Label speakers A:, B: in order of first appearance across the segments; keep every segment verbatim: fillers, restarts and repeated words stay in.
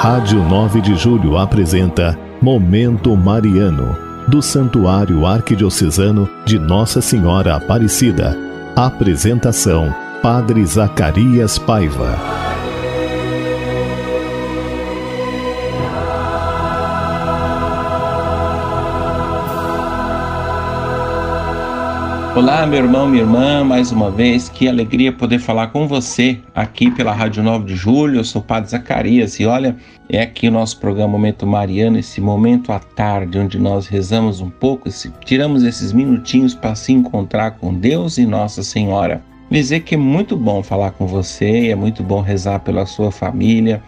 A: Rádio nove de Julho apresenta Momento Mariano, do Santuário Arquidiocesano de Nossa Senhora Aparecida. Apresentação: Padre Zacarias Paiva.
B: Olá, meu irmão, minha irmã, mais uma vez, que alegria poder falar com você aqui pela Rádio nove de Julho. Eu sou o Padre Zacarias e olha, é aqui o nosso programa Momento Mariano, esse momento à tarde onde nós rezamos um pouco, esse, tiramos esses minutinhos para se encontrar com Deus e Nossa Senhora. Dizer que é muito bom falar com você, é muito bom rezar pela sua família.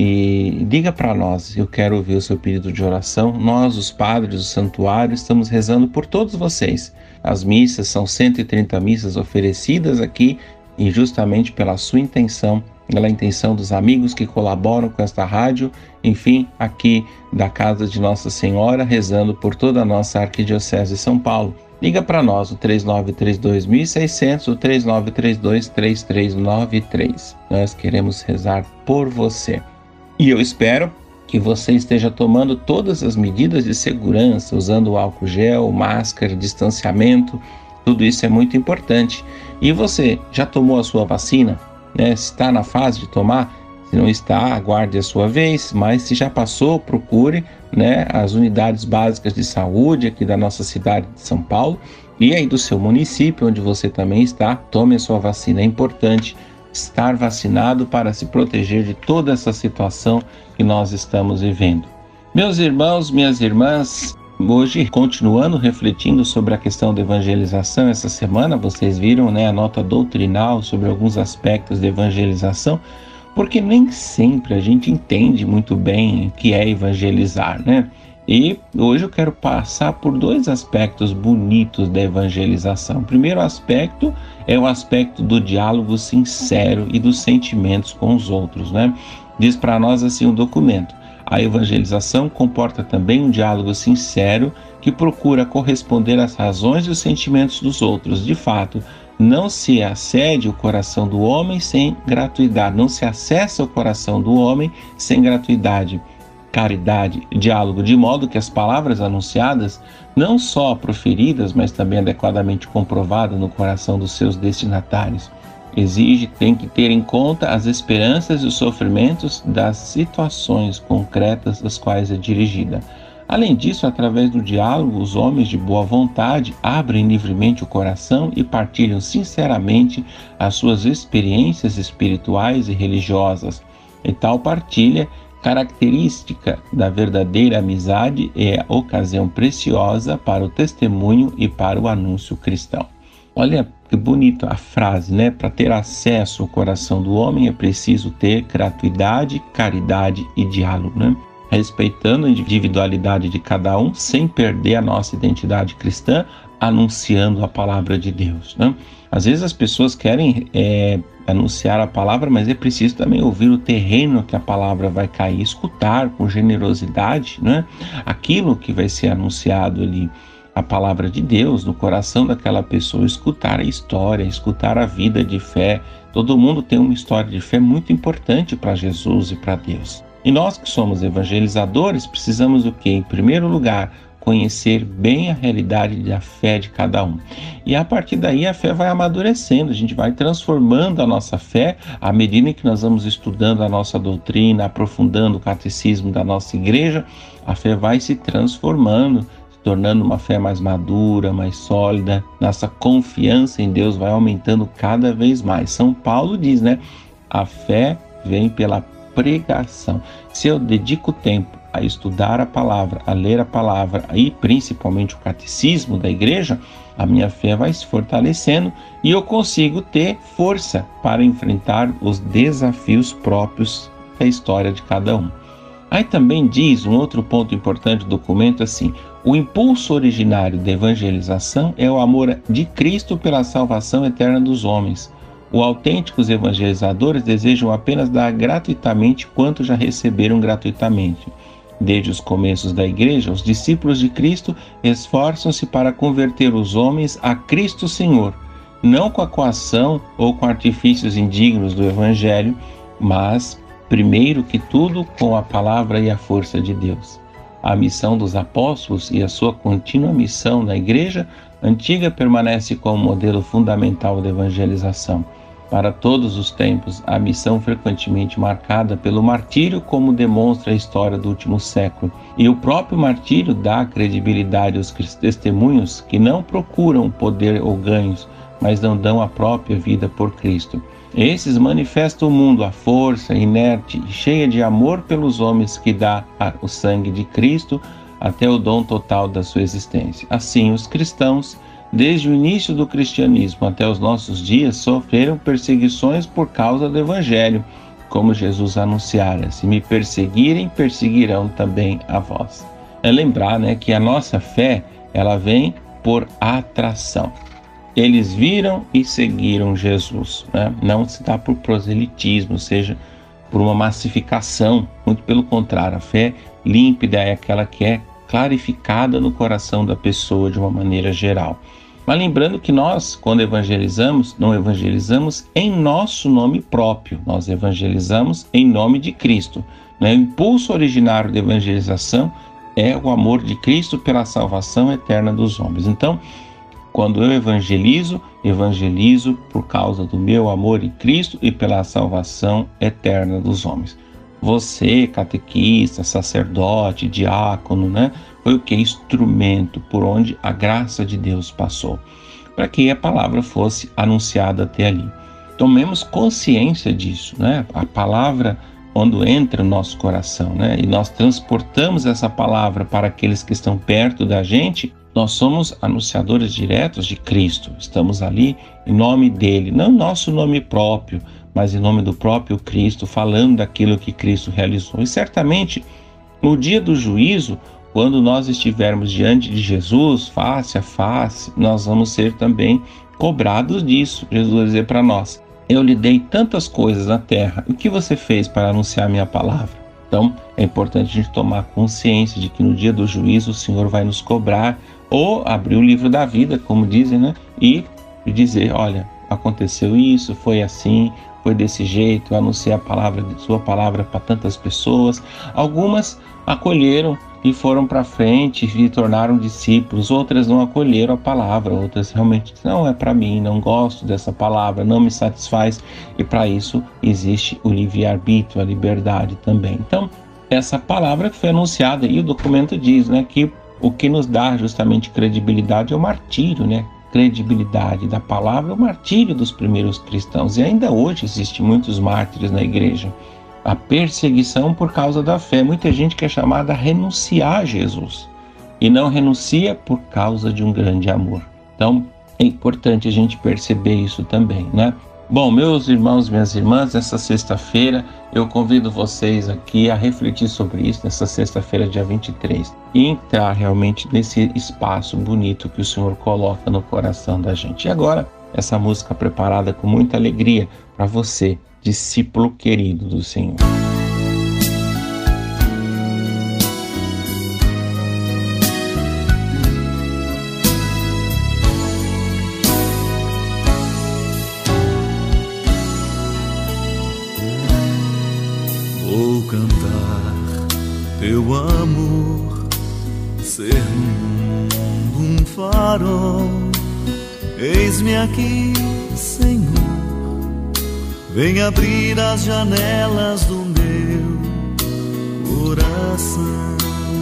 B: E diga para nós, eu quero ouvir o seu pedido de oração. Nós, os padres do santuário, estamos rezando por todos vocês. As missas são cento e trinta missas oferecidas aqui e justamente pela sua intenção, pela intenção dos amigos que colaboram com esta rádio, enfim, aqui da Casa de Nossa Senhora, rezando por toda a nossa Arquidiocese de São Paulo. Liga para nós, o três nove três dois seis zero zero, o três nove três dois três três nove três. Nós queremos rezar por você. E eu espero que você esteja tomando todas as medidas de segurança, usando álcool gel, máscara, distanciamento, tudo isso é muito importante. E você já tomou a sua vacina? Né? Se está na fase de tomar, se não está, aguarde a sua vez, mas se já passou, procure, né, as unidades básicas de saúde aqui da nossa cidade de São Paulo e aí do seu município, onde você também está, tome a sua vacina, é importante estar vacinado para se proteger de toda essa situação que nós estamos vivendo. Meus irmãos, minhas irmãs, hoje continuando refletindo sobre a questão da evangelização, essa semana vocês viram, né, a nota doutrinal sobre alguns aspectos da evangelização, porque nem sempre a gente entende muito bem o que é evangelizar, né? E hoje eu quero passar por dois aspectos bonitos da evangelização. O primeiro aspecto é o aspecto do diálogo sincero e dos sentimentos com os outros, né? Diz para nós assim o documento: a evangelização comporta também um diálogo sincero que procura corresponder às razões e os sentimentos dos outros. De fato, não se acede o coração do homem sem gratuidade, não se acessa o coração do homem sem gratuidade, caridade, diálogo, de modo que as palavras anunciadas, não só proferidas, mas também adequadamente comprovadas no coração dos seus destinatários, exige, tem que ter em conta as esperanças e os sofrimentos das situações concretas das quais é dirigida. Além disso, através do diálogo, os homens de boa vontade abrem livremente o coração e partilham sinceramente as suas experiências espirituais e religiosas. E tal partilha, característica da verdadeira amizade, é a ocasião preciosa para o testemunho e para o anúncio cristão. Olha que bonita a frase, né? Para ter acesso ao coração do homem é preciso ter gratuidade, caridade e diálogo, né? Respeitando a individualidade de cada um, sem perder a nossa identidade cristã, anunciando a palavra de Deus, né? Às vezes as pessoas querem é, anunciar a palavra, mas é preciso também ouvir o terreno que a palavra vai cair, escutar com generosidade, né, aquilo que vai ser anunciado ali, a palavra de Deus no coração daquela pessoa, escutar a história, escutar a vida de fé. Todo mundo tem uma história de fé muito importante para Jesus e para Deus. E nós que somos evangelizadores precisamos o quê? Em primeiro lugar, conhecer bem a realidade da fé de cada um. E a partir daí a fé vai amadurecendo, a gente vai transformando a nossa fé à medida que nós vamos estudando a nossa doutrina, aprofundando o catecismo da nossa igreja, a fé vai se transformando, se tornando uma fé mais madura, mais sólida, nossa confiança em Deus vai aumentando cada vez mais. São Paulo diz, né? A fé vem pela pregação. Se eu dedico tempo a estudar a palavra, a ler a palavra e principalmente o catecismo da igreja, a minha fé vai se fortalecendo e eu consigo ter força para enfrentar os desafios próprios da história de cada um. Aí também diz um outro ponto importante do documento assim: o impulso originário da evangelização é o amor de Cristo pela salvação eterna dos homens. Os autênticos evangelizadores desejam apenas dar gratuitamente quanto já receberam gratuitamente. Desde os começos da igreja, os discípulos de Cristo esforçam-se para converter os homens a Cristo Senhor, não com a coação ou com artifícios indignos do Evangelho, mas primeiro que tudo com a palavra e a força de Deus. A missão dos apóstolos e a sua contínua missão na igreja antiga permanece como modelo fundamental da evangelização. Para todos os tempos, a missão frequentemente marcada pelo martírio, como demonstra a história do último século. E o próprio martírio dá credibilidade aos testemunhos que não procuram poder ou ganhos, mas não dão a própria vida por Cristo. Esses manifestam ao mundo a força inerte e cheia de amor pelos homens que dá o sangue de Cristo até o dom total da sua existência. Assim, os cristãos, desde o início do cristianismo até os nossos dias, sofreram perseguições por causa do Evangelho, como Jesus anunciara: se me perseguirem, perseguirão também a vós. É lembrar, né, que a nossa fé, ela vem por atração. Eles viram e seguiram Jesus, né? Não se dá por proselitismo, ou seja, por uma massificação. Muito pelo contrário, a fé límpida é aquela que é clarificada no coração da pessoa de uma maneira geral. Mas lembrando que nós, quando evangelizamos, não evangelizamos em nosso nome próprio, nós evangelizamos em nome de Cristo. Né? O impulso originário da evangelização é o amor de Cristo pela salvação eterna dos homens. Então, quando eu evangelizo, evangelizo por causa do meu amor em Cristo e pela salvação eterna dos homens. Você, catequista, sacerdote, diácono, né, foi o que? Instrumento por onde a graça de Deus passou, para que a palavra fosse anunciada até ali. Tomemos consciência disso, né? A palavra, quando entra no nosso coração, né, e nós transportamos essa palavra para aqueles que estão perto da gente, nós somos anunciadores diretos de Cristo. Estamos ali em nome dele, não em nosso nome próprio, mas em nome do próprio Cristo, falando daquilo que Cristo realizou. E certamente, no dia do juízo, quando nós estivermos diante de Jesus, face a face, nós vamos ser também cobrados disso. Jesus vai dizer para nós: eu lhe dei tantas coisas na terra, o que você fez para anunciar a minha palavra? Então, é importante a gente tomar consciência de que no dia do juízo o Senhor vai nos cobrar, ou abrir o livro da vida, como dizem, né? E dizer: olha, aconteceu isso, foi assim, foi desse jeito, eu anunciei a palavra, sua palavra para tantas pessoas. Algumas acolheram e foram para frente e tornaram discípulos, outras não acolheram a palavra, outras realmente não é para mim, não gosto dessa palavra, não me satisfaz, e para isso existe o livre-arbítrio, a liberdade também. Então, essa palavra que foi anunciada, e o documento diz, né, que o que nos dá justamente credibilidade é o martírio, né? Credibilidade da palavra é o martírio dos primeiros cristãos. E ainda hoje existem muitos mártires na igreja. A perseguição por causa da fé. Muita gente que é chamada a renunciar a Jesus e não renuncia por causa de um grande amor. Então, é importante a gente perceber isso também, né? Bom, meus irmãos, minhas irmãs, essa sexta-feira eu convido vocês aqui a refletir sobre isso, nessa sexta-feira, dia vinte e três, e entrar realmente nesse espaço bonito que o Senhor coloca no coração da gente. E agora, essa música preparada com muita alegria para você, discípulo querido do Senhor.
C: Vou cantar teu amor, ser no mundo um farol. Eis-me aqui, Senhor, vem abrir as janelas do meu coração.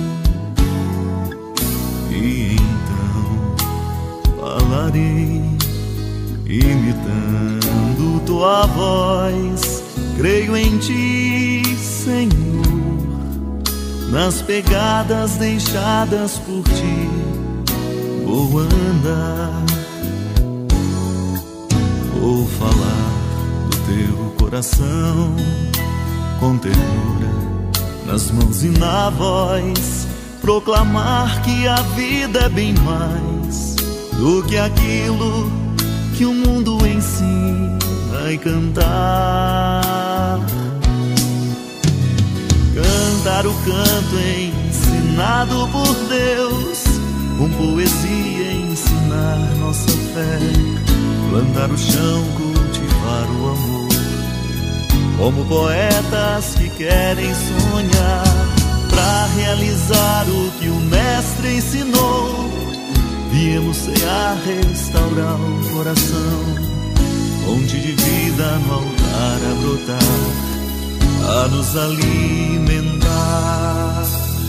C: E então falarei, imitando tua voz. Creio em ti, Senhor, nas pegadas deixadas por ti vou andar. Vou falar do teu coração com ternura, nas mãos e na voz, proclamar que a vida é bem mais do que aquilo que o mundo ensina, e cantar. Cantar o canto ensinado por Deus, com poesia ensinar nossa fé, plantar o chão, cultivar o amor, como poetas que querem sonhar, para realizar o que o Mestre ensinou. Viemos cear, restaurar o coração, fonte de vida no altar a brotar, a nos alimentar.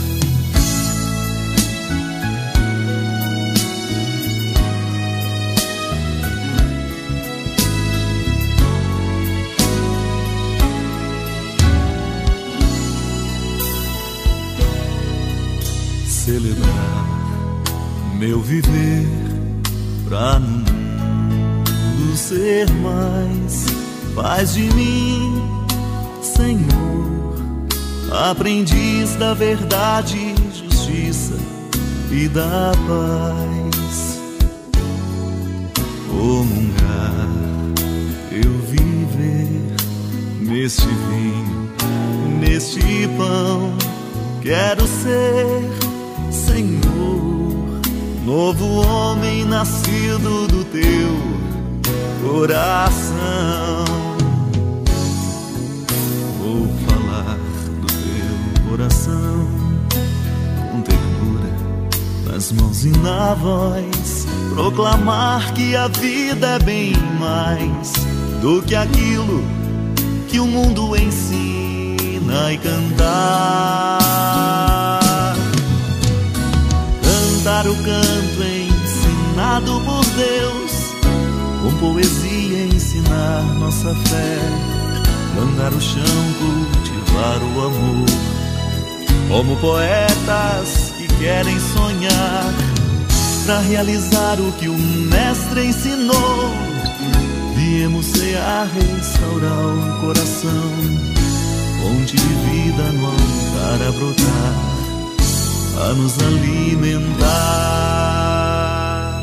C: Celebrar meu viver pra no mundo ser mais. Faz de mim, Senhor, aprendiz da verdade, justiça e da paz. Comungar, eu viver neste vinho, neste pão. Quero ser, Senhor, novo homem nascido do teu coração. Vou falar do teu coração com ternura, nas mãos e na voz, proclamar que a vida é bem mais do que aquilo que o mundo ensina, e cantar. Cantar o canto ensinado por Deus, com poesia ensinar nossa fé, mandar o chão, cultivar o amor, como poetas que querem sonhar, para realizar o que o Mestre ensinou. Viemos cear, restaurar o coração, fonte de vida no altar a brotar, a nos alimentar.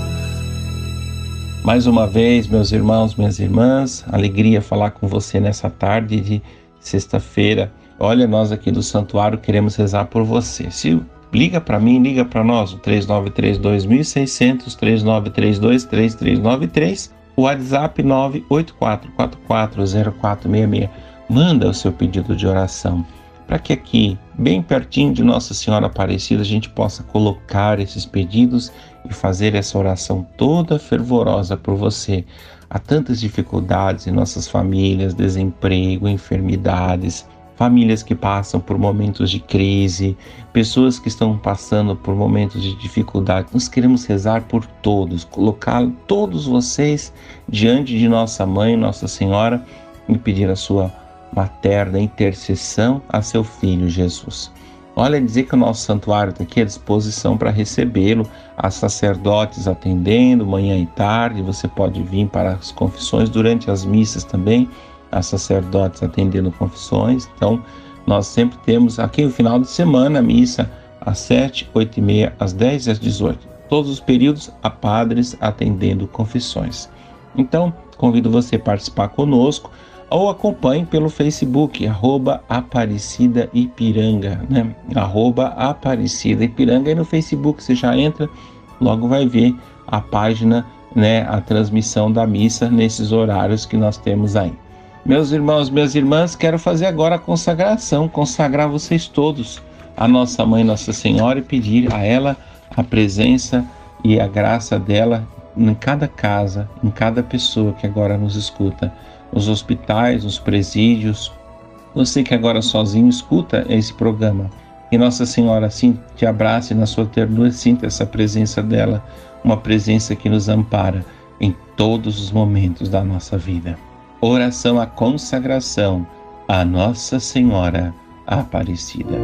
B: Mais uma vez, meus irmãos, minhas irmãs, alegria falar com você nessa tarde de sexta-feira. Olha, nós aqui do Santuário queremos rezar por você. Se liga para mim, liga para nós, o três nove três, dois seis zero zero, três nove três dois, três três nove três, o WhatsApp nove oito quatro quatro quatro zero quatro seis seis. Manda o seu pedido de oração, para que aqui, bem pertinho de Nossa Senhora Aparecida, a gente possa colocar esses pedidos e fazer essa oração toda fervorosa por você. Há tantas dificuldades em nossas famílias, desemprego, enfermidades, famílias que passam por momentos de crise, pessoas que estão passando por momentos de dificuldade. Nós queremos rezar por todos, colocar todos vocês diante de nossa Mãe, Nossa Senhora, e pedir a sua materna intercessão a seu Filho Jesus. Olha, dizer que o nosso santuário está aqui à disposição para recebê-lo, há sacerdotes atendendo manhã e tarde, você pode vir para as confissões, durante as missas também, há sacerdotes atendendo confissões. Então, nós sempre temos aqui no final de semana a missa às sete, oito e meia, às dez e às dezoito. Todos os períodos há padres atendendo confissões. Então, convido você a participar conosco, ou acompanhe pelo Facebook, arroba Aparecida Ipiranga, né? Arroba Aparecida Ipiranga, e no Facebook você já entra, logo vai ver a página, né? A transmissão da missa nesses horários que nós temos aí. Meus irmãos, minhas irmãs, quero fazer agora a consagração, consagrar vocês todos a nossa Mãe, Nossa Senhora, e pedir a ela a presença e a graça dela em cada casa, em cada pessoa que agora nos escuta, nos hospitais, nos presídios, você que agora sozinho escuta esse programa, que Nossa Senhora assim te abrace na sua ternura, sinta essa presença dela, uma presença que nos ampara em todos os momentos da nossa vida. Oração à consagração a Nossa Senhora Aparecida.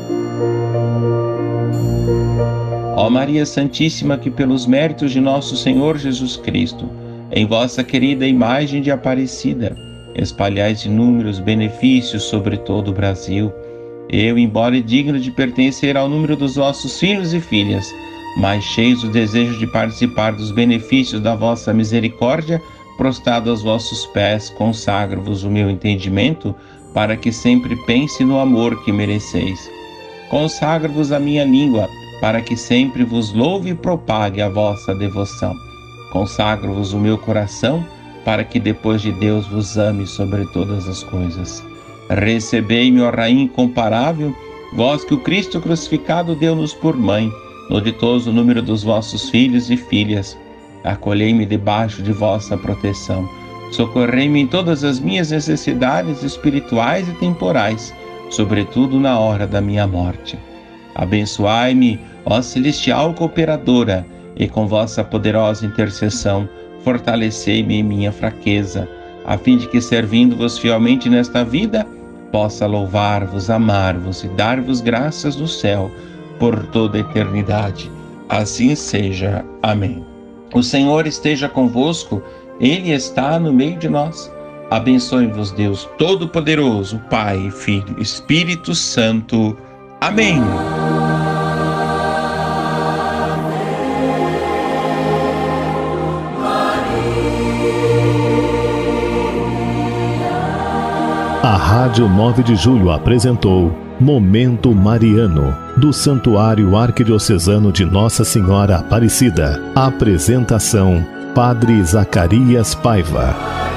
B: Ó Maria Santíssima, que pelos méritos de nosso Senhor Jesus Cristo, em vossa querida imagem de Aparecida, espalhais inúmeros benefícios sobre todo o Brasil. Eu, embora digno de pertencer ao número dos vossos filhos e filhas, mas cheios do desejo de participar dos benefícios da vossa misericórdia, prostrado aos vossos pés, consagro-vos o meu entendimento, para que sempre pense no amor que mereceis. Consagro-vos a minha língua, para que sempre vos louve e propague a vossa devoção. Consagro-vos o meu coração, para que depois de Deus vos ame sobre todas as coisas. Recebei-me, ó Rainha incomparável, vós que o Cristo crucificado deu-nos por mãe, no ditoso número dos vossos filhos e filhas. Acolhei-me debaixo de vossa proteção. Socorrei-me em todas as minhas necessidades espirituais e temporais, sobretudo na hora da minha morte. Abençoai-me, ó celestial cooperadora, e com vossa poderosa intercessão, fortalecei-me em minha fraqueza, a fim de que, servindo-vos fielmente nesta vida, possa louvar-vos, amar-vos e dar-vos graças no céu por toda a eternidade. Assim seja. Amém. O Senhor esteja convosco, Ele está no meio de nós. Abençoe-vos Deus Todo-Poderoso, Pai, Filho e Espírito Santo. Amém.
A: A Rádio nove de Julho apresentou Momento Mariano, do Santuário Arquidiocesano de Nossa Senhora Aparecida. Apresentação: Padre Zacarias Paiva.